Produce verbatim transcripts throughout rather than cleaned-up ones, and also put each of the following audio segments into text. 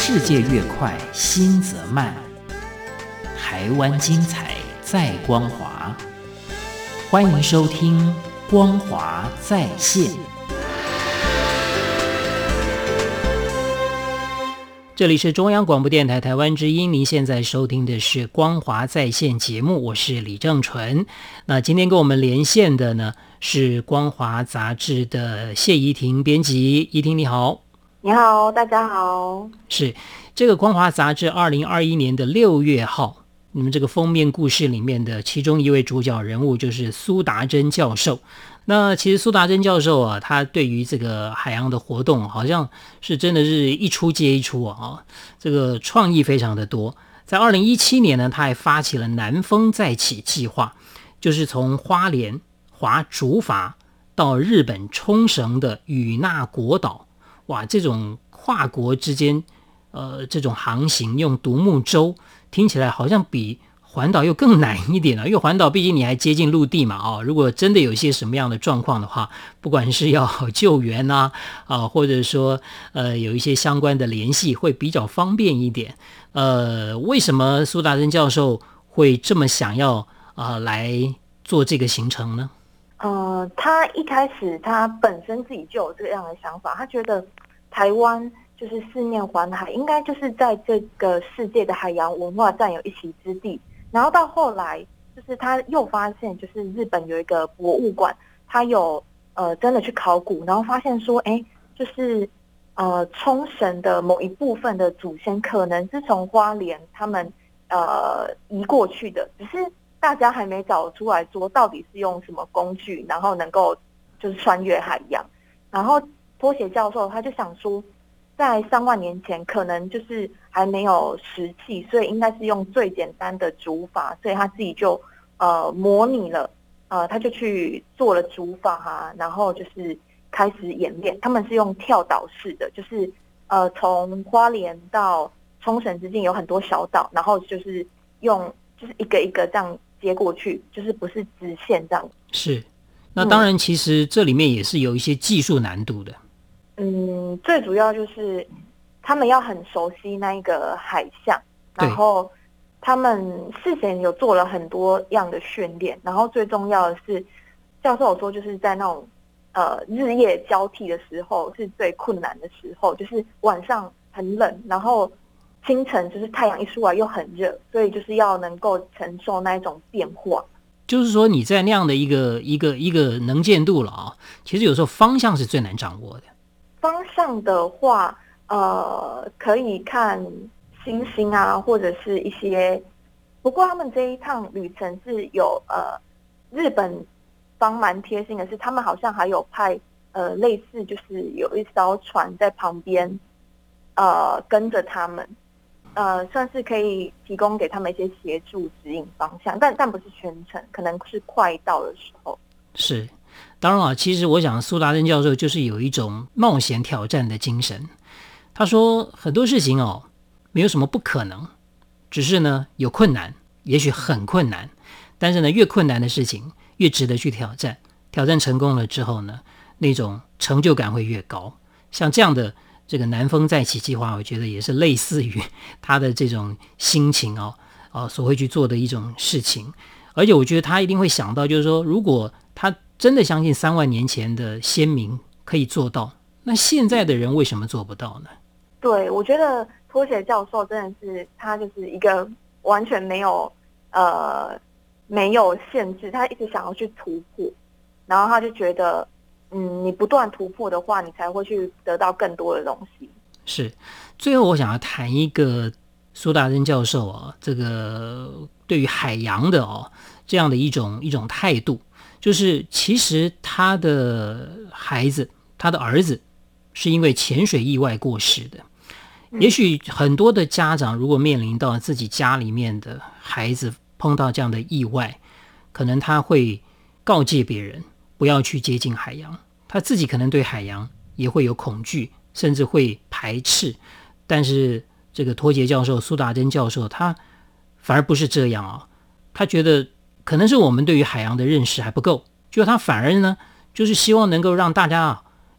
世界越快，心则慢。台湾精彩在光华，欢迎收听光华在线。这里是中央广播电台台湾之音，您现在收听的是光华在线节目，我是李正纯。那今天跟我们连线的呢是光华杂志的谢怡婷编辑，怡婷你好。 你好，大家好。是这个光华杂志二零二一年的六月号，你们这个封面故事里面的其中一位主角人物就是苏达珍教授。那其实苏达珍教授啊，他对于这个海洋的活动好像是真的是一出接一出啊，这个创意非常的多。在二零一七年呢，他还发起了南风再起计划，就是从花莲划竹筏到日本冲绳的与那国岛，哇，这种跨国之间呃这种航行用独木舟，听起来好像比环岛又更难一点了，因为环岛毕竟你还接近陆地嘛，哦，如果真的有一些什么样的状况的话，不管是要救援啊，啊，或者说呃有一些相关的联系，会比较方便一点。呃，为什么苏达珍教授会这么想要啊、呃、来做这个行程呢？ 呃，他一开始他本身自己就有这样的想法，他觉得台湾就是四面环海，应该就是在这个世界的海洋文化占有一席之地。然后到后来，就是他又发现，就是日本有一个博物馆，他有呃真的去考古，然后发现说，哎，就是呃冲绳的某一部分的祖先可能是从花莲他们呃移过去的，只是大家还没找出来说到底是用什么工具，然后能够就是穿越海洋。然后拖鞋教授他就想说，在三万年前可能就是还没有石器，所以应该是用最简单的竹筏，所以他自己就呃模拟了，呃他就去做了竹筏啊，然后就是开始演练。他们是用跳岛式的，就是呃从花莲到冲绳之间有很多小岛，然后就是用就是一个一个这样接过去，就是不是直线这样。 是，那当然其实这里面也是有一些技术难度的。 嗯，最主要就是他们要很熟悉那一个海象，然后他们事前有做了很多样的训练，然后最重要的是，教授有说就是在那种呃日夜交替的时候是最困难的时候，就是晚上很冷，然后清晨就是太阳一出来又很热，所以就是要能够承受那一种变化。 就是说你在那样的一个一个一个能见度了啊，其实有时候方向是最难掌握的。 方向的话，呃，可以看星星啊，或者是一些。不过他们这一趟旅程是有呃，日本方蛮贴心的是，他们好像还有派呃类似就是有一艘船在旁边，呃跟着他们，呃算是可以提供给他们一些协助指引方向，但但不是全程，可能是快到的时候。 是。当然啊，其实我想苏达珍教授就是有一种冒险挑战的精神。他说很多事情哦，没有什么不可能，只是呢有困难，也许很困难，但是呢越困难的事情越值得去挑战，挑战成功了之后呢，那种成就感会越高。像这样的这个南风再起计划，我觉得也是类似于他的这种心情哦，呃所会去做的一种事情。而且我觉得他一定会想到，就是说如果他真的相信三万年前的先民可以做到，那现在的人为什么做不到呢？ 对，我觉得拖鞋教授真的是他就是一个完全没有呃没有限制，他一直想要去突破，然后他就觉得嗯，你不断突破的话，你才会去得到更多的东西。 是，最后我想要谈一个苏达珍教授啊，这个对于海洋的哦这样的一种一种态度。就是其实他的孩子，他的儿子是因为潜水意外过世的。也许很多的家长如果面临到自己家里面的孩子碰到这样的意外，可能他会告诫别人不要去接近海洋，他自己可能对海洋也会有恐惧，甚至会排斥。但是这个拖鞋教授苏达珍教授他反而不是这样啊，他觉得可能是我们对于海洋的认识还不够，就他反而呢就是希望能够让大家啊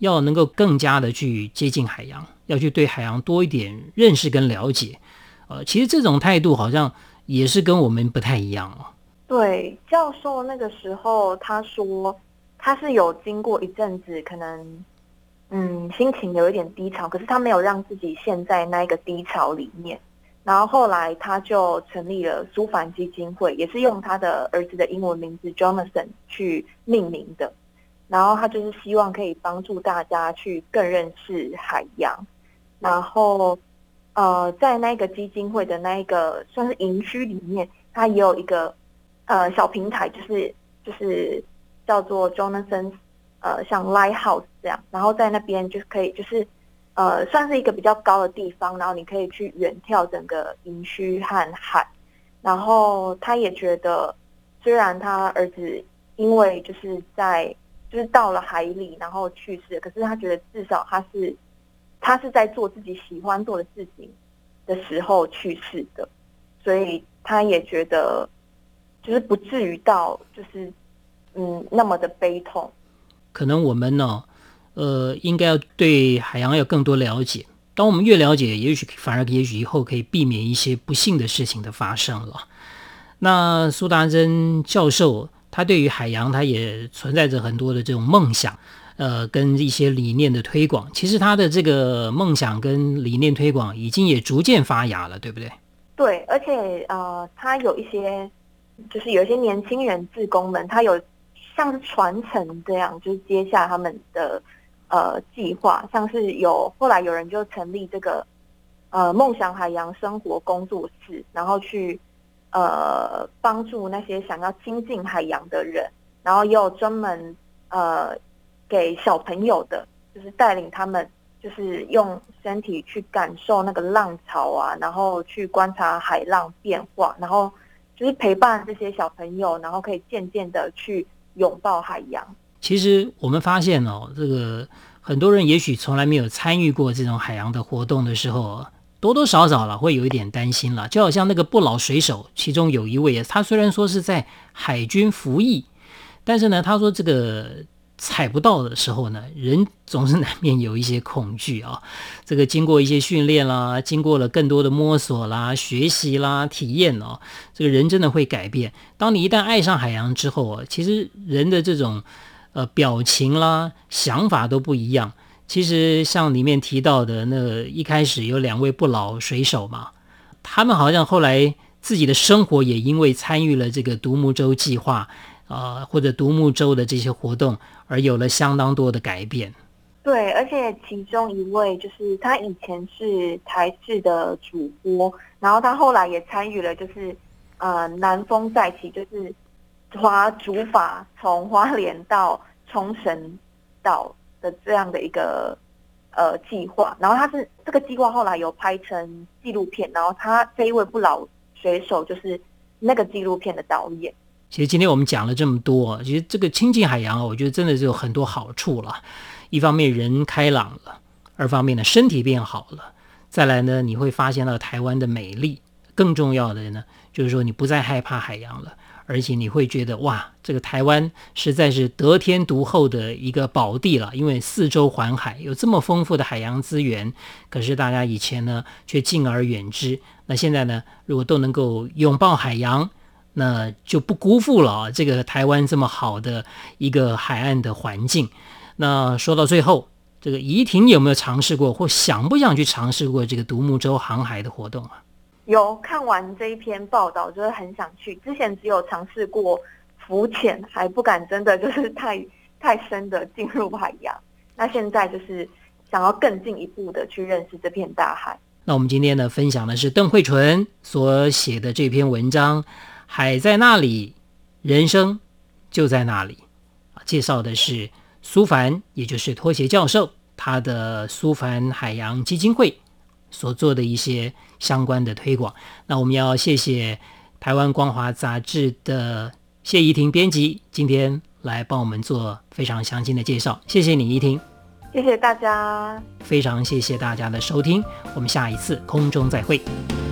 要能够更加的去接近海洋，要去对海洋多一点认识跟了解。呃，其实这种态度好像也是跟我们不太一样哦。 对，教授那个时候他说他是有经过一阵子可能嗯心情有一点低潮，可是他没有让自己陷在那一个低潮里面。然后后来他就成立了苏凡基金会，也是用他的儿子的英文名字 Jonathan 去命名的。然后他就是希望可以帮助大家去更认识海洋。然后呃，在那个基金会的那一个算是营区里面，他也有一个呃小平台，就是就是叫做 Jonathan 呃像 Lighthouse 这样。然后在那边就可以就是呃，算是一个比较高的地方，然后你可以去远眺整个营区和海。然后他也觉得，虽然他儿子因为就是在就是到了海里然后去世，可是他觉得至少他是他是在做自己喜欢做的事情的时候去世的，所以他也觉得就是不至于到就是嗯那么的悲痛。 可能我们呢呃，应该要对海洋有更多了解。当我们越了解，也许反而也许以后可以避免一些不幸的事情的发生了。那苏达珍教授，他对于海洋，他也存在着很多的这种梦想，呃，跟一些理念的推广。其实他的这个梦想跟理念推广已经也逐渐发芽了，对不对？ 对，而且呃，他有一些就是有一些年轻人志工们，他有像是传承这样，就是接下他们的。呃，计划像是有后来有人就成立这个呃梦想海洋生活工作室，然后去呃帮助那些想要亲近海洋的人，然后也有专门呃给小朋友的，就是带领他们就是用身体去感受那个浪潮啊，然后去观察海浪变化，然后就是陪伴这些小朋友，然后可以渐渐的去拥抱海洋。 其实我们发现哦，这个很多人也许从来没有参与过这种海洋的活动的时候，多多少少了会有一点担心了。就好像那个不老水手，其中有一位，他虽然说是在海军服役，但是呢，他说这个踩不到的时候呢，人总是难免有一些恐惧啊。这个经过一些训练啦，经过了更多的摸索啦、学习啦、体验哦，这个人真的会改变。当你一旦爱上海洋之后啊，其实人的这种呃，表情啦、想法都不一样。其实像里面提到的那一开始有两位不老水手嘛，他们好像后来自己的生活也因为参与了这个独木舟计划，呃，或者独木舟的这些活动，而有了相当多的改变。 对，而且其中一位就是他以前是台视的主播，然后他后来也参与了，就是呃南风再起，就是划竹筏从花莲到冲绳岛的这样的一个呃计划，然后他是这个计划后来有拍成纪录片，然后他这一位不老水手就是那个纪录片的导演。 其实今天我们讲了这么多，其实这个亲近海洋，我觉得真的是有很多好处了。一方面人开朗了，二方面呢身体变好了，再来呢你会发现到台湾的美丽，更重要的呢就是说你不再害怕海洋了。而且你会觉得哇，这个台湾实在是得天独厚的一个宝地了，因为四周环海，有这么丰富的海洋资源，可是大家以前呢却敬而远之。那现在呢，如果都能够拥抱海洋，那就不辜负了啊这个台湾这么好的一个海岸的环境。那说到最后，这个怡婷有没有尝试过或想不想去尝试过这个独木舟航海的活动啊？ 有，看完这一篇报道就是很想去，之前只有尝试过浮潜，还不敢真的就是太太深的进入海洋，那现在就是想要更进一步的去认识这片大海。 那我们今天呢分享的是邓慧纯所写的这篇文章《海在那里，人生就在那里》，介绍的是苏凡，也就是拖鞋教授，他的苏凡海洋基金会所做的一些相关的推广。那我们要谢谢台湾光华杂志的谢怡婷编辑，今天来帮我们做非常详尽的介绍，谢谢你怡婷。 谢谢大家， 非常谢谢大家的收听，我们下一次空中再会。